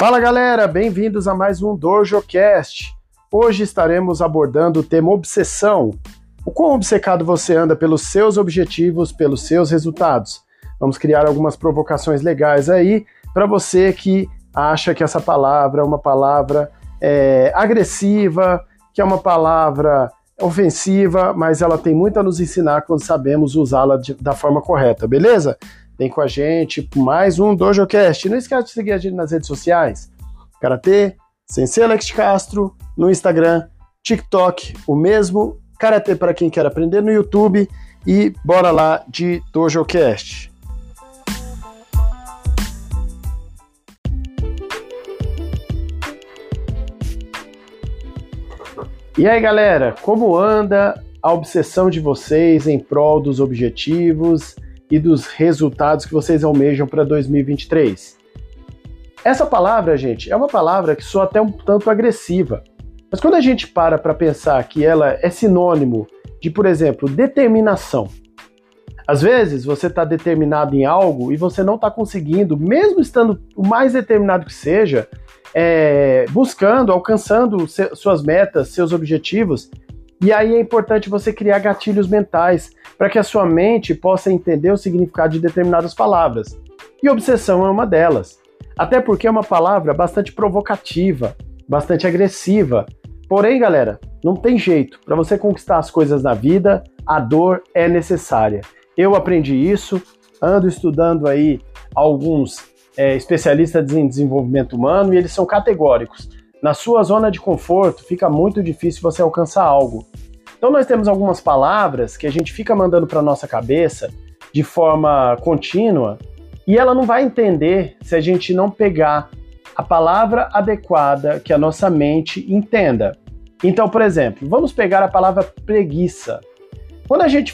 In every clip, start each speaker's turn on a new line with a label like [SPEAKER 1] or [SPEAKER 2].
[SPEAKER 1] Fala galera, bem-vindos a mais um DojoCast. Hoje estaremos abordando o tema obsessão. O quão obcecado você anda pelos seus objetivos, pelos seus resultados. Vamos criar algumas provocações legais aí para você que acha que essa palavra é uma palavra agressiva, que é uma palavra ofensiva, mas ela tem muito a nos ensinar quando sabemos usá-la da forma correta, beleza? Vem com a gente mais um DojoCast. Não esquece de seguir a gente nas redes sociais. Karatê, Sensei Alex Castro, no Instagram, TikTok, o mesmo. Karatê para quem quer aprender no YouTube. E bora lá de DojoCast. E aí galera, como anda a obsessão de vocês em prol dos objetivos e dos resultados que vocês almejam para 2023. Essa palavra, gente, é uma palavra que soa até um tanto agressiva, mas quando a gente para pensar que ela é sinônimo de, por exemplo, determinação. Às vezes você está determinado em algo e você não está conseguindo, mesmo estando o mais determinado que seja, buscando, alcançando suas metas, seus objetivos. E aí é importante você criar gatilhos mentais para que a sua mente possa entender o significado de determinadas palavras. E obsessão é uma delas. Até porque é uma palavra bastante provocativa, bastante agressiva. Porém, galera, não tem jeito. Para você conquistar as coisas na vida, a dor é necessária. Eu aprendi isso, ando estudando aí alguns especialistas em desenvolvimento humano e eles são categóricos. Na sua zona de conforto, fica muito difícil você alcançar algo. Então nós temos algumas palavras que a gente fica mandando para nossa cabeça de forma contínua e ela não vai entender se a gente não pegar a palavra adequada que a nossa mente entenda. Então, por exemplo, vamos pegar a palavra preguiça. Quando a gente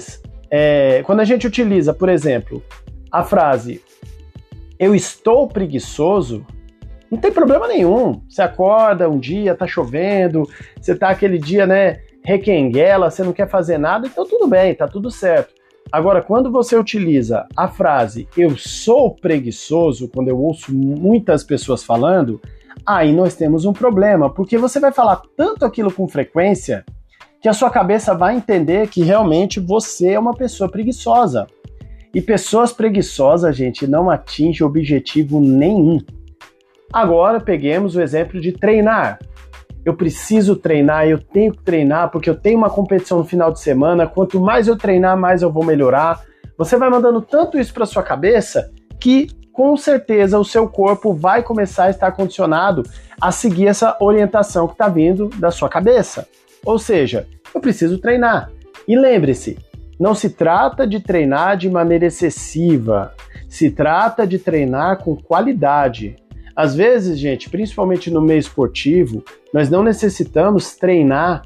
[SPEAKER 1] utiliza, por exemplo, a frase "eu estou preguiçoso", não tem problema nenhum. Você acorda um dia, tá chovendo, você tá aquele dia, requenguela, você não quer fazer nada, então tudo bem, tá tudo certo. Agora, quando você utiliza a frase "eu sou preguiçoso", quando eu ouço muitas pessoas falando, aí nós temos um problema, porque você vai falar tanto aquilo com frequência que a sua cabeça vai entender que realmente você é uma pessoa preguiçosa. E pessoas preguiçosas, gente, não atingem objetivo nenhum. Agora, peguemos o exemplo de treinar. Eu preciso treinar, eu tenho que treinar porque eu tenho uma competição no final de semana. Quanto mais eu treinar, mais eu vou melhorar. Você vai mandando tanto isso para sua cabeça que, com certeza, o seu corpo vai começar a estar condicionado a seguir essa orientação que está vindo da sua cabeça. Ou seja, eu preciso treinar. E lembre-se, não se trata de treinar de maneira excessiva. Se trata de treinar com qualidade. Às vezes, gente, principalmente no meio esportivo, nós não necessitamos treinar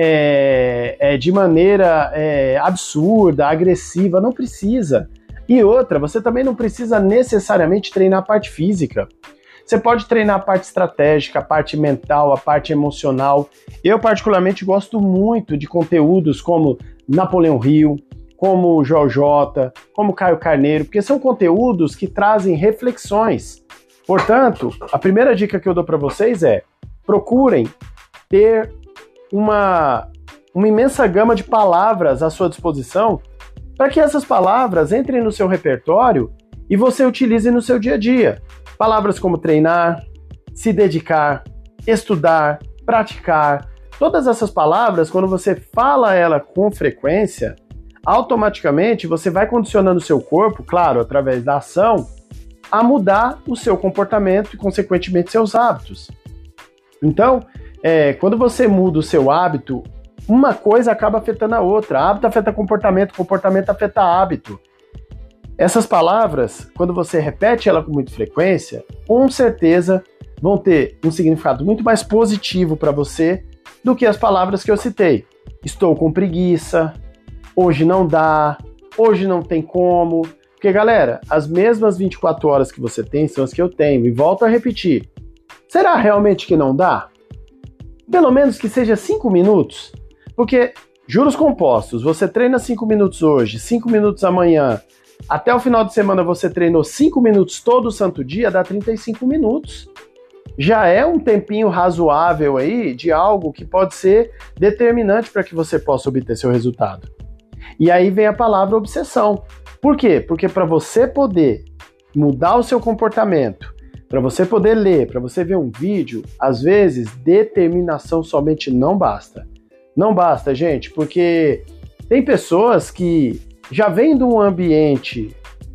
[SPEAKER 1] de maneira absurda, agressiva, não precisa. E outra, você também não precisa necessariamente treinar a parte física. Você pode treinar a parte estratégica, a parte mental, a parte emocional. Eu, particularmente, gosto muito de conteúdos como Napoleão Hill, como o Joel J, como Caio Carneiro, porque são conteúdos que trazem reflexões. Portanto, a primeira dica que eu dou para vocês é: procurem ter uma imensa gama de palavras à sua disposição para que essas palavras entrem no seu repertório e você utilize no seu dia a dia. Palavras como treinar, se dedicar, estudar, praticar. Todas essas palavras, quando você fala ela com frequência, automaticamente você vai condicionando o seu corpo, claro, através da ação, a mudar o seu comportamento e, consequentemente, seus hábitos. Então, quando você muda o seu hábito, uma coisa acaba afetando a outra. Hábito afeta comportamento, comportamento afeta hábito. Essas palavras, quando você repete ela com muita frequência, com certeza vão ter um significado muito mais positivo para você do que as palavras que eu citei. Estou com preguiça, hoje não dá, hoje não tem como. Porque, galera, as mesmas 24 horas que você tem são as que eu tenho. E volto a repetir. Será realmente que não dá? Pelo menos que seja 5 minutos. Porque, juros compostos, você treina 5 minutos hoje, 5 minutos amanhã, até o final de semana você treinou 5 minutos todo santo dia, dá 35 minutos. já é um tempinho razoável aí de algo que pode ser determinante para que você possa obter seu resultado. E aí vem a palavra obsessão. Por quê? Porque para você poder mudar o seu comportamento, para você poder ler, para você ver um vídeo, às vezes determinação somente não basta. Não basta, gente, porque tem pessoas que já vêm de um ambiente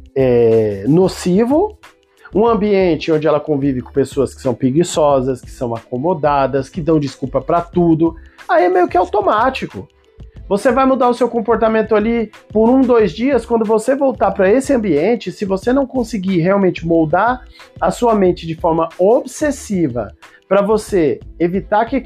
[SPEAKER 1] nocivo, um ambiente onde ela convive com pessoas que são preguiçosas, que são acomodadas, que dão desculpa para tudo. Aí é meio que automático. Você vai mudar o seu comportamento ali por 2 dias, quando você voltar para esse ambiente, se você não conseguir realmente moldar a sua mente de forma obsessiva para você evitar que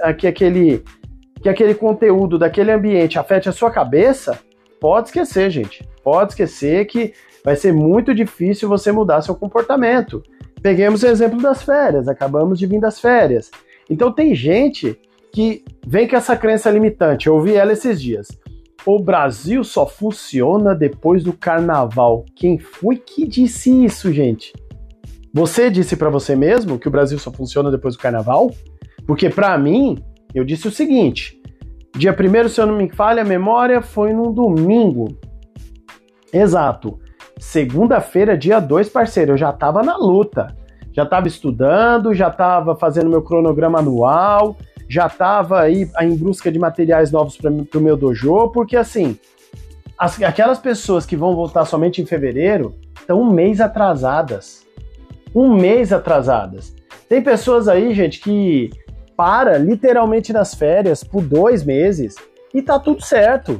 [SPEAKER 1] aquele conteúdo daquele ambiente afete a sua cabeça, pode esquecer, gente. Pode esquecer que vai ser muito difícil você mudar seu comportamento. Peguemos o exemplo das férias, acabamos de vir das férias. Então tem gente que vem com essa crença limitante, eu ouvi ela esses dias. O Brasil só funciona depois do carnaval. Quem foi que disse isso, gente? Você disse para você mesmo que o Brasil só funciona depois do carnaval? Porque para mim, eu disse o seguinte, dia 1º, se eu não me falha a memória, foi num domingo. Exato. Segunda-feira, dia 2, parceiro, eu já tava na luta. Já tava estudando, já tava fazendo meu cronograma anual, já estava aí em busca de materiais novos para o meu dojo, porque assim, aquelas pessoas que vão voltar somente em fevereiro estão 1 mês atrasadas. 1 mês atrasadas. Tem pessoas aí, gente, que para literalmente nas férias por 2 meses e tá tudo certo.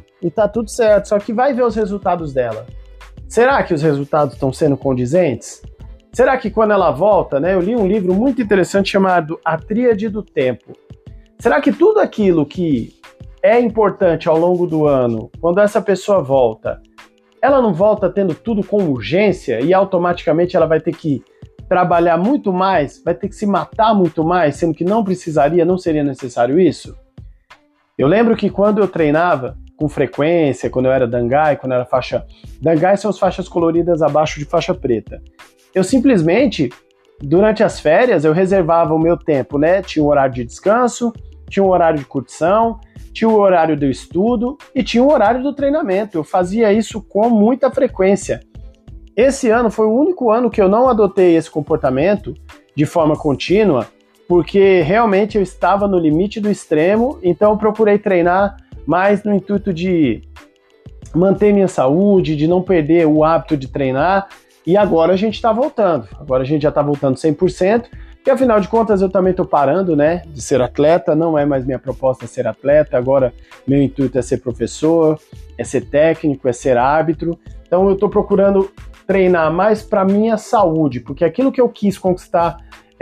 [SPEAKER 1] Só que vai ver os resultados dela. Será que os resultados estão sendo condizentes? Será que quando ela volta, né? Eu li um livro muito interessante chamado A Tríade do Tempo. Será que tudo aquilo que é importante ao longo do ano, quando essa pessoa volta, ela não volta tendo tudo com urgência e automaticamente ela vai ter que trabalhar muito mais, vai ter que se matar muito mais, sendo que não precisaria, não seria necessário isso? Eu lembro que quando eu treinava com frequência, quando eu era Dangai, quando eu era faixa... Dangai são as faixas coloridas abaixo de faixa preta. Eu simplesmente, durante as férias, eu reservava o meu tempo, né? Tinha um horário de descanso, tinha um horário de curtição, tinha o horário do estudo e tinha o horário do treinamento. Eu fazia isso com muita frequência. Esse ano foi o único ano que eu não adotei esse comportamento de forma contínua, porque realmente eu estava no limite do extremo, então eu procurei treinar mais no intuito de manter minha saúde, de não perder o hábito de treinar, e agora a gente está voltando. Agora a gente já está voltando 100%, porque afinal de contas eu também estou parando, né, de ser atleta, não é mais minha proposta ser atleta, agora meu intuito é ser professor, é ser técnico, é ser árbitro, então eu estou procurando treinar mais para minha saúde, porque aquilo que eu quis conquistar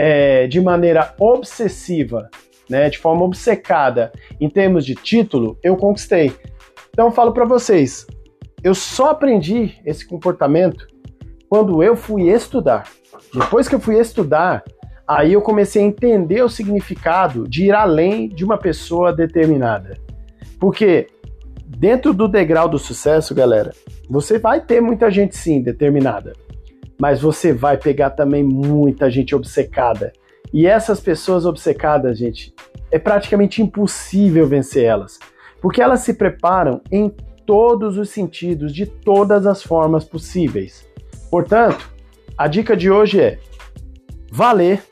[SPEAKER 1] de maneira obsessiva, né, de forma obcecada, em termos de título, eu conquistei. Então eu falo para vocês, eu só aprendi esse comportamento quando eu fui estudar. Depois que eu fui estudar, aí eu comecei a entender o significado de ir além de uma pessoa determinada. Porque dentro do degrau do sucesso, galera, você vai ter muita gente sim determinada, mas você vai pegar também muita gente obcecada. E essas pessoas obcecadas, gente, é praticamente impossível vencer elas, porque elas se preparam em todos os sentidos, de todas as formas possíveis. Portanto, a dica de hoje é valer.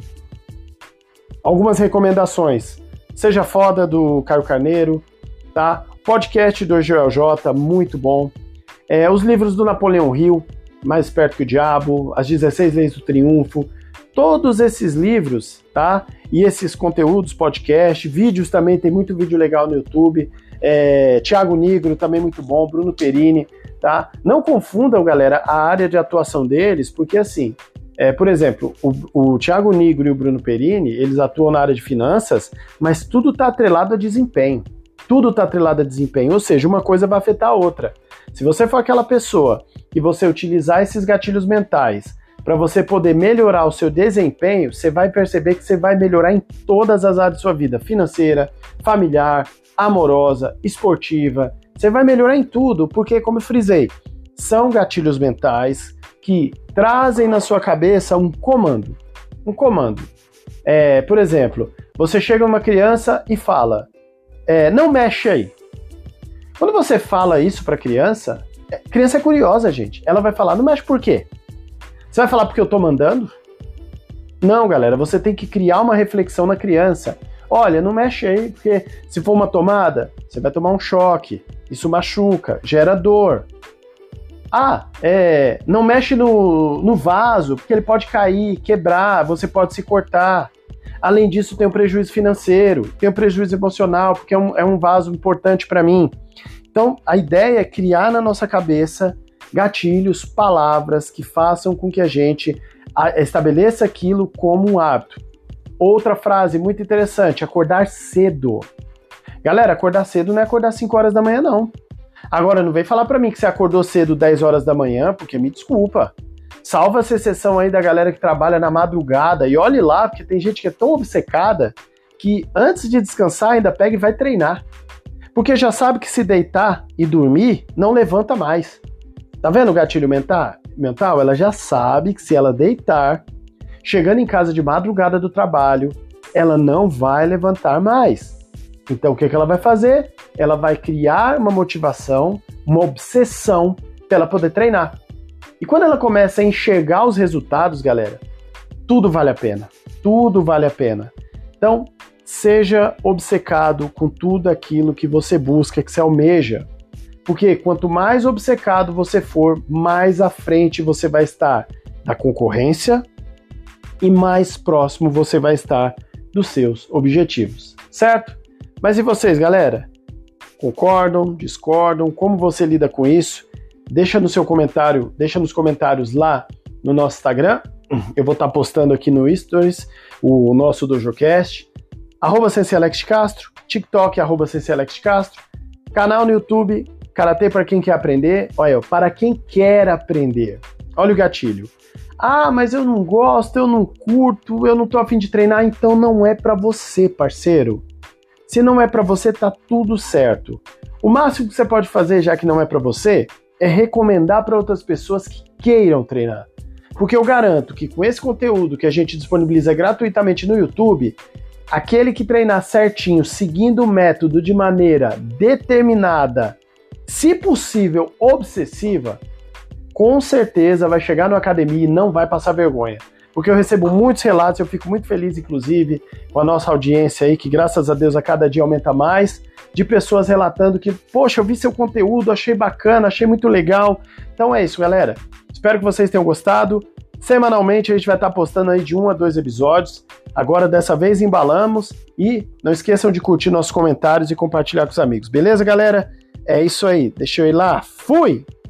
[SPEAKER 1] Algumas recomendações. Seja Foda, do Caio Carneiro, tá? Podcast do Joel J, muito bom. Os livros do Napoleão Hill, Mais Esperto que o Diabo, As 16 Leis do Triunfo, todos esses livros, tá? E esses conteúdos, podcast, vídeos também, tem muito vídeo legal no YouTube. Thiago Nigro, também muito bom, Bruno Perini, tá? Não confundam, galera, a área de atuação deles, porque assim, por exemplo, o Thiago Nigro e o Bruno Perini, eles atuam na área de finanças, mas tudo está atrelado a desempenho. Tudo está atrelado a desempenho, ou seja, uma coisa vai afetar a outra. Se você for aquela pessoa que você utilizar esses gatilhos mentais para você poder melhorar o seu desempenho, você vai perceber que você vai melhorar em todas as áreas da sua vida, financeira, familiar, amorosa, esportiva. Você vai melhorar em tudo, porque, como eu frisei, são gatilhos mentais que trazem na sua cabeça um comando. Por exemplo, você chega numa criança e fala, não mexe aí. Quando você fala isso para a criança é curiosa, gente. Ela vai falar, não mexe por quê? Você vai falar porque eu tô mandando? Não, galera, você tem que criar uma reflexão na criança. Olha, não mexe aí, porque se for uma tomada, você vai tomar um choque. Isso machuca, gera dor. Não mexe no vaso, porque ele pode cair, quebrar, você pode se cortar. Além disso, tem um prejuízo financeiro, tem um prejuízo emocional, porque é um vaso importante para mim. Então, a ideia é criar na nossa cabeça gatilhos, palavras que façam com que a gente estabeleça aquilo como um hábito. Outra frase muito interessante, acordar cedo. Galera, acordar cedo não é acordar 5 horas da manhã, não. Agora, não vem falar pra mim que você acordou cedo 10 horas da manhã, porque me desculpa. Salva essa exceção aí da galera que trabalha na madrugada, e olhe lá, porque tem gente que é tão obcecada que antes de descansar ainda pega e vai treinar. Porque já sabe que se deitar e dormir, não levanta mais. Tá vendo o gatilho mental? Ela já sabe que se ela deitar, chegando em casa de madrugada do trabalho, ela não vai levantar mais. Então o que ela vai fazer? Ela vai criar uma motivação, uma obsessão para ela poder treinar. E quando ela começa a enxergar os resultados, galera, tudo vale a pena. Tudo vale a pena. Então, seja obcecado com tudo aquilo que você busca, que você almeja. Porque quanto mais obcecado você for, mais à frente você vai estar da concorrência e mais próximo você vai estar dos seus objetivos, certo? Mas e vocês, galera? Concordam? Discordam? Como você lida com isso? Deixa nos comentários lá no nosso Instagram. Eu vou estar postando aqui no Stories o nosso DojoCast. @SenseiAlexCastro, TikTok @SenseiAlexCastro, canal no YouTube, Karatê para quem quer aprender. Olha, para quem quer aprender. Olha o gatilho. Mas eu não gosto, eu não curto, eu não tô a fim de treinar, então não é para você, parceiro. Se não é para você, tá tudo certo. O máximo que você pode fazer, já que não é para você, é recomendar para outras pessoas que queiram treinar. Porque eu garanto que com esse conteúdo que a gente disponibiliza gratuitamente no YouTube, aquele que treinar certinho, seguindo o método de maneira determinada, se possível, obsessiva, com certeza vai chegar na academia e não vai passar vergonha. Porque eu recebo muitos relatos, eu fico muito feliz, inclusive, com a nossa audiência aí, que graças a Deus a cada dia aumenta mais, de pessoas relatando que, poxa, eu vi seu conteúdo, achei bacana, achei muito legal. Então é isso, galera. Espero que vocês tenham gostado. Semanalmente a gente vai estar postando aí de 1 a 2 episódios. Agora, dessa vez, embalamos. E não esqueçam de curtir nossos comentários e compartilhar com os amigos. Beleza, galera? É isso aí. Deixa eu ir lá. Fui!